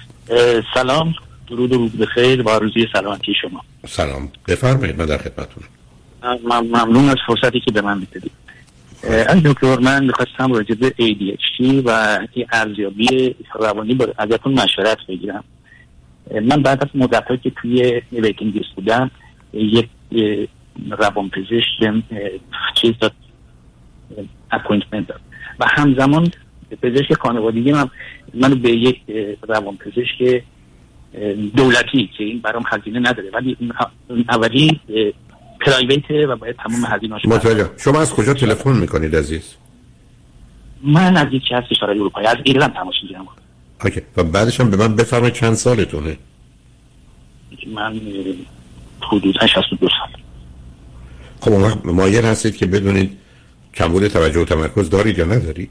سلام، درود و روز بخیر و آرزوی سلامتی شما. سلام، بفرمایید، من در خدمتتونم. ممنون از فرصتی که به من میدید. از دکتر من می‌خواستم راجع به ADHD و ارزیابی روانی ازتون مشورت بگیرم. من بعد از مدت‌هایی که توی ویتینگ لیست بودم، یک روانپزشک چیز داد، اپوینتمنت داد و همزمان پزشک خانوادگی منو به یک روانپزشک دولتی که این برام هزینه نداره ولی اولی پرایویته و باید تمام هزینه‌اش. متوجه. شما از کجا تلفن میکنید عزیز؟ من از یکی از کشورهای اروپایی، از ایرلند تماس میگیرم. اوکی. و بعدش هم به من بفرمایید چند سالتونه؟ من حدوداً 62 سال. خب اون وقت مایل هستید که بدونید کمبود توجه و تمرکز دارید یا ندارید؟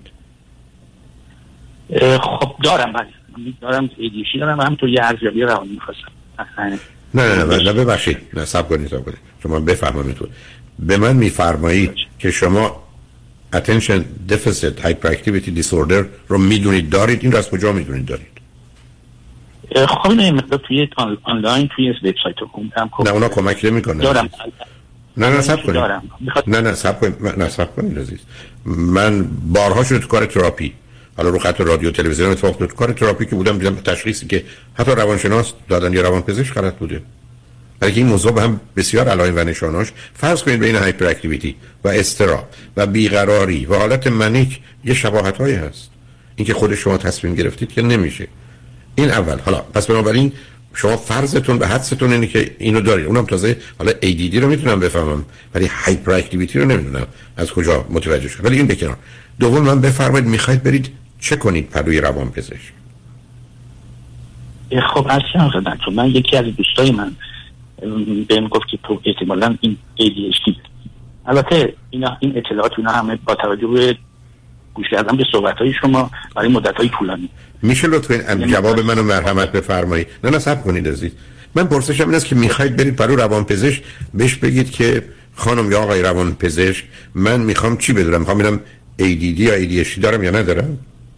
خب دارم، بله دارم، ADHD دارم و همینطور یه ارزیابی روانی می‌خواستم. نه ببخشید، نه صبر کنید شما بفهممتون. به من میفرمایید که شما attention deficit hyperactivity disorder رو میدونید دارید، این رو از کجا میدونید دارید؟ خب این مقدار توی آنلاین توی وبسایت رو خوندم. نه اونا کمک نمی‌کنه. دارم. نه صبر کنید. نه صبر کنید عزیز. من بارها شده تو کار تراپی، حالا رو خط رادیو تلویزیون اتفاق تو کار تراپی که بودم دیدم تشخیصی که حتی روانشناس دادن یا روانپزشک غلط بوده. برای این موضوع به هم بسیار علائم و نشاناش، فرض کنید بین هایپر اکتیویتی و اضطراب و بیقراری و حالت منیک یه شباهتایی هست. اینکه خود شما تصمیم گرفتید که نمیشه. این اول. حالا پس بنابراین شما فرضتون به حدستون اینه که اینو دارید. اونم تازه حالا ADD رو میتونم بفهمم ولی هایپر اکتیویتی رو نمیدونم از کجا متوجه شم. ولی این بکنار. دوم من بفرمایید میخواید برید چه کنید پروی روانپزشک؟ خب اصلا چون من یکی از دوستای من بهم گفت که تو احتمالاً این ADHD. البته این اطلاعات اینا همه با توجه به گوش کردن به صحبت‌های شما برای مدت‌های طولانی. میشه لطفاً جواب منو مرحمت بفرمایید؟ نه صبر کنید عزیز. من پرسشم این است که میخواید برید پرو روانپزشک بهش بگید که خانم یا آقای روانپزشک من میخوام چی بدونم؟ میخوام ببینم ADD یا ADHD دارم یا ندارم؟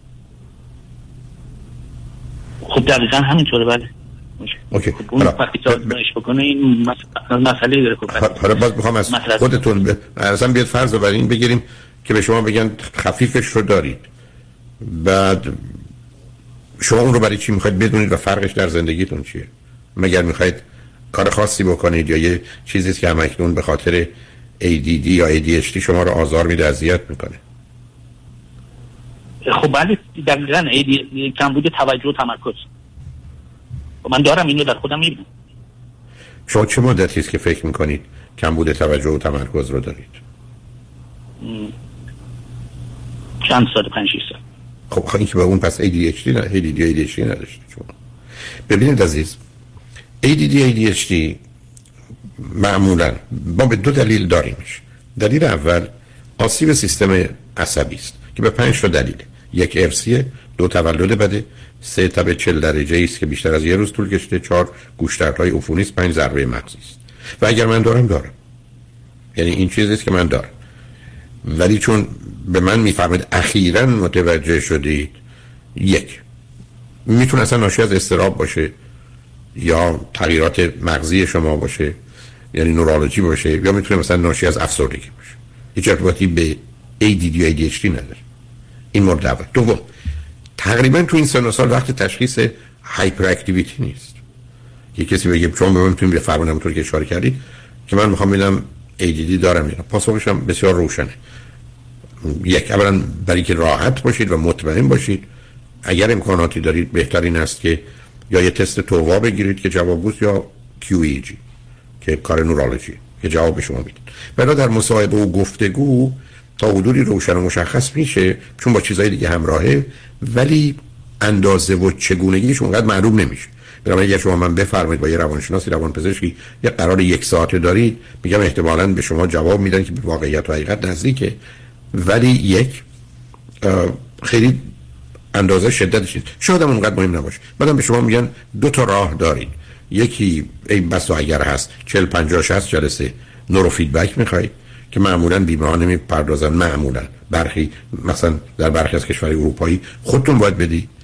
خب دقیقاً همینطوره. بله. اوکی. خب اون وقتی که آزمایش بکنه این مسئله داره. حالا باز میخوام از خودتون اصلا بیاد فرض رو بر این بگیریم که به شما بگن خفیفش رو دارید، بعد شما اون رو برای چی میخواید بدونید و فرقش در زندگیتون چیه؟ مگر میخواید کار خاصی بکنید یا یه چیزی که همکنون به خاطر ADD یا ADHD شما رو آزار میده، اذیت میکنه؟ خب بله دقیقاً کمبود توجه و تمرکز. من دارم، اینو در خودم میبینم. شما چه مدتی است که فکر میکنید کمبود توجه و تمرکز رو دارید؟ چند سال، 5-6 سال. خب این که به اون پس ADHD نه، ADHD نداشته شما. ببینید عزیز، ADHD معمولا ما به 2 دلیل داریمش. دلیل اول آسیب سیستم عصبی است که به 5 تا دلیل: 1 ارثیه، 2 تولد بده، 3 تب 40 درجه است که بیشتر از یه روز طول کشیده، 4 گوش‌دردهای عفونی است، 5 ضربه مغزی است. و اگر من دارم یعنی این چیزی است که من دارم، ولی چون به من میفهمید اخیراً متوجه شدید، 1 میتونه اصلا ناشی از اضطراب باشه یا تغییرات مغزی شما باشه، یعنی نورولوژی باشه، یا میتونه مثلا ناشی از افسردگی باشه. هیچ ارتباطی به ADD یا ADHD نداره. این مورد اول. دوم، تقریبا تو این سن و سال وقت تشخیص هایپر اکتیویتی نیست. یه کسی بگه چون به من میتونید بفرمایید همونطور که اشاره کردید که من میخوام ببینم ADD دارم یا نه، پاسخش هم بسیار روشنه. 1 اولا برای که راحت باشید و مطمئن باشید اگر امکاناتی دارید بهترین است که یا یه تست تووا بگیرید که جوابگوست یا QEEG که کار نورولوژی که جواب شما میده. بعد در مصاحبه و گفتگو تا حدودی روشن و مشخص میشه، چون با چیزهای دیگه همراهه، ولی اندازه و چگونگیش اونقدر معلوم نمیشه. بنابراین اگر شما من بفرمایید با یه روانشناسی روانپزشکی یه قرار 1 ساعته دارید، میگم احتمالاً به شما جواب میدن که به واقعیت و حقیقت نزدیکه، ولی 1 خیلی اندازه شدتش نیست. شاید هم اونقدر مهم نباشه. بعدم به شما میگن 2 تا راه دارید. یکی این بس اگر هست 40 50 60 جلسه نورو فیدبک میخواید که معمولا بیماران نمیپردازن، معمولا برخی مثلا در برخی از کشورهای اروپایی خودتون باید بدی،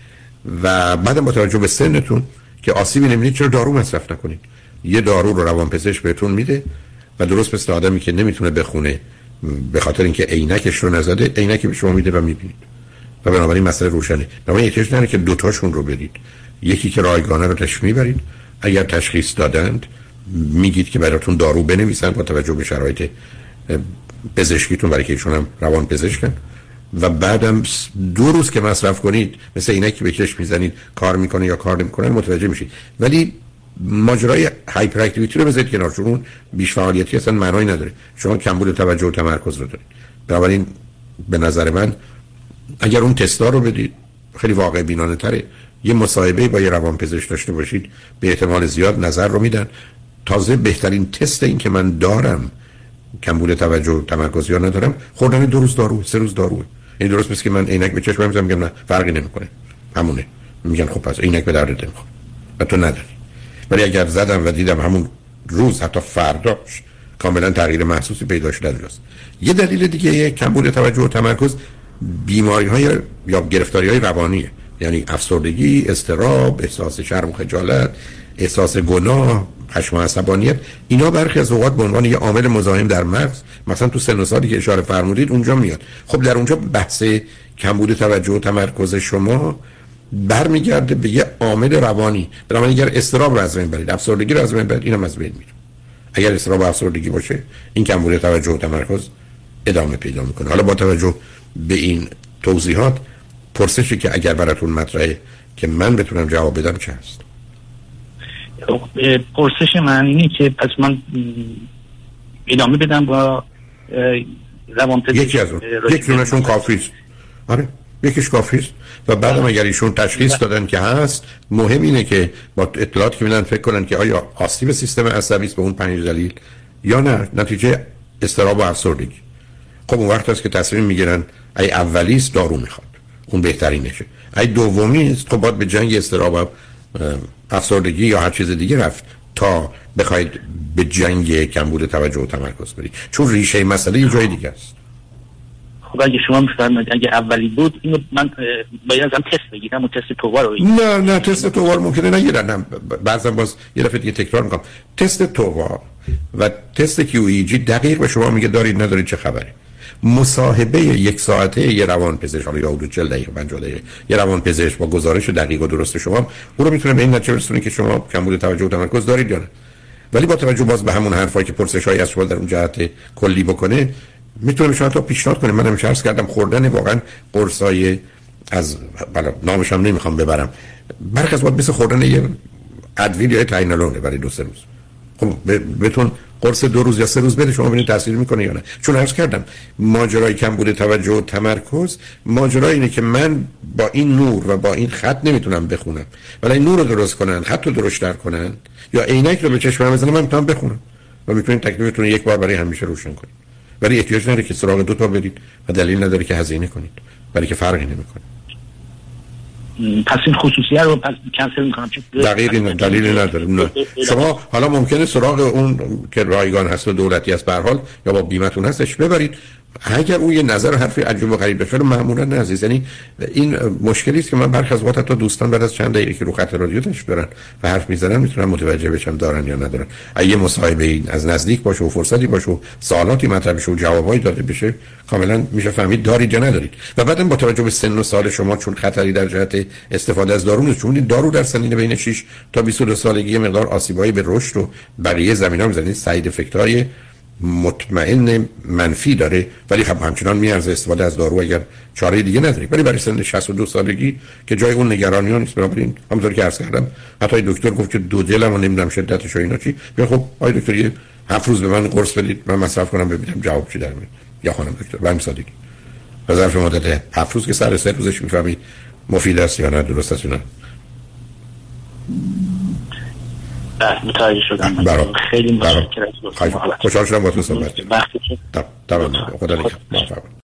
و بعدم با توجه به سنتون که آسیبی نمی‌بینید چرا دارو مصرف نکنید. یه دارو رو روانپزشک بهتون میده و درست مثل آدمی که نمیتونه بخونه به خاطر اینکه عینکش رو نزده، عینکی به شما میده و میبینید و بنابراین مسئله روشنه. بنابراین احتیاج نداره که دوتاشون رو بدید. یکی که رایگانه رو تشخیص میبرید، اگر تشخیص دادند میگید که براتون دارو بنویسن با توجه به شرایط پزشکیتون، برای که ایشون هم روان پزشکن، و بعدم 2 روز که مصرف کنید مثل اینکه به چشم میزنید کار میکنه یا کار نمیکنه متوجه میشید. ولی ماجرای هایپر اکتیویتی رو بذارید کنار، چون اون بیش فعالیتی اصلا معنی نداره. شما کمبود توجه و تمرکز رو دارید. بنابراین به نظر من اگر اون تستا رو بدید خیلی واقع بینانه تره. یه مصاحبه با یه روانپزشک داشته باشید، به احتمال زیاد نظر رو میدن. تازه بهترین تست این که من دارم کمبود توجه و تمرکز یا ندارم خوردن 2 روز دارو، 3 روز داروه. این درست مثل که من عینک به چشمم میذارم میگم نه فرقی نمیکنه، همونه. میگن خب پس عینک به درد نمیخوره و تو نداری. ولی اگر زدم و دیدم همون روز حتی فرداش کاملا تغییر محسوسی پیدا شده است. یه دلیل دیگه کمبود توجه و تمرکز بیماری‌های یا گرفتاری‌های روانیه، یعنی افسردگی، اضطراب، احساس شرم و خجالت، احساس گناه، خشم و عصبانیت. اینا برخی از اوقات به عنوان یه عامل مزاحم در مغز، مثلا تو سن و سالی که اشاره فرمودید اونجا میاد. خب در اونجا بحث کمبود توجه و تمرکز شما برمیگرده به یه عامل روانی. بنابراین اگر اضطراب رو از بین برید، افسردگی رو از بین برید، اینم از بین میره. اگر اضطراب و افسردگی باشه، این کمبود توجه و تمرکز ادامه پیدا میکنه. حالا با توجه به این توضیحات، پرسشی که اگر براتون مطرحه که من بتونم جواب بدم چه هست؟ پرسش من اینه که پس من ادامه بدم با روانپزشک؟ یکی از اون، یکیشون کافیست. آره یکیش کافیست. و بعدم اگر ایشون تشخیص دادن که هست، مهم اینه که با اطلاعاتی که میدن فکر کنن که آیا آسیب سیستم عصبی است به اون 5 دلیل یا نه نتیجه اضطراب و افسردگی. خب اون وقت است که تصمیم میگیرن ای اولی است دارو میخواد، اون بهترینشه. ای دومی است خب باید به جنگ اضطراب و افسردگی یا هر چیز دیگه رفت تا بخواید به جنگ کمبود توجه و تمرکز برید، چون ریشه مسئله یه جای دیگه است. خب اگه شما میفرمایید اگه اولی بود اینو من باید ازم تست بگیرم و تست تووا رو نه تست تووا ممکنه نگیرن. بعضا باز یه دفعه دیگه تکرار میکنم، تست تووا و تست QEEG دقیق به شما میگه دارید ندارید چه خبره. مصاحبه 1 ساعته یه روانپزشک، حالا یا حدود 40 دقیقه 50 دقیقه یه روانپزشک با گزارش دقیق و درست شما، اون رو میتونه به این نتیجه برسونه که شما کمبود توجه و تمرکز دارید یا نه. ولی با توجه باز به همون حرفایی که پرسش‌های از شما در اون جهت کلی بکنه، میتونه شما تا پیشنهاد کنه. منم عرض کردم خوردن واقعا قرصای از بالا نامش هم نمیخوام ببرم، برخی از وقت مثل خوردن یه ادویل یا تاینالون برای 2-3 روز. خب بهتون قرص 2 روز یا 3 روز بده، شما ببینید تاثیر میکنه یا نه. چون عرض کردم ماجرای کمبود توجه و تمرکز ماجرای اینه که من با این نور و با این خط نمیتونم بخونم، ولی این نور رو درست کنن، خط رو درشت‌تر کنن یا عینک رو به چشمم بزنم، من میتونم بخونم و میتونید تکلیفتون یک بار برای همیشه روشن کنید. ولی احتیاج نداره که سراغ 2 تا برید و دلیل نداره که هزینه کنید، برای که فرقی نمیکنه. پس این خصوصیه رو پس کنسل میکنم. دلیلی نداره. نه. شما حالا ممکنه سراغ اون که رایگان هست و دولتی است به هر حال یا با بیمتون هستش ببرید. اگر اون یه نظر حرفی عجیب و غریب بشه معمولا نه عزیز. یعنی این مشکلی است که من برخی از وقت تا دوستان بعد از چند دقیقه که رو خط رادیو داشت دارن و حرف میزنن میتونن متوجه بشن دارن یا ندارن. اگه مصاحبه این از نزدیک باشه و فرصتی باشه و سوالاتی مطرح بشه و جوابایی داده بشه کاملا میشه فهمید دارید یا ندارید. و بعدم با توجه به سن و سال شما، چون خطری در جهت استفاده از دارو نیست، چون دارو در سنین بین 6 تا 22 سالگی مقدار آسیبایی به رشد و بقیه زمینه‌ها میزنید، ساید افکت‌های مطمئن منفی داره، ولی خب همچنان میارزه استفاده از دارو اگر چاره دیگه ندارید. ولی برای سن 62 سالگی که جای اون نگرانی ها نیست، بنابراین همونطور که عرض کردم حتی دکتر گفت که 2 دلم و نمیدونم شدتش و اینا چی، بیا خب آقای دکتر یه 7 روز به من قرص بدید من مصرف کنم ببینم جواب چی در میاد. یا خانم دکتر به همین سادگی به ظرف مدت 7 روز که سر 3 روزش میفهمید مفید است یا نه، درست است یا نه. متوجه شدم. خیلی متشکرم. خوشحال شدم با تو صحبت کردم. خدا نگهدار.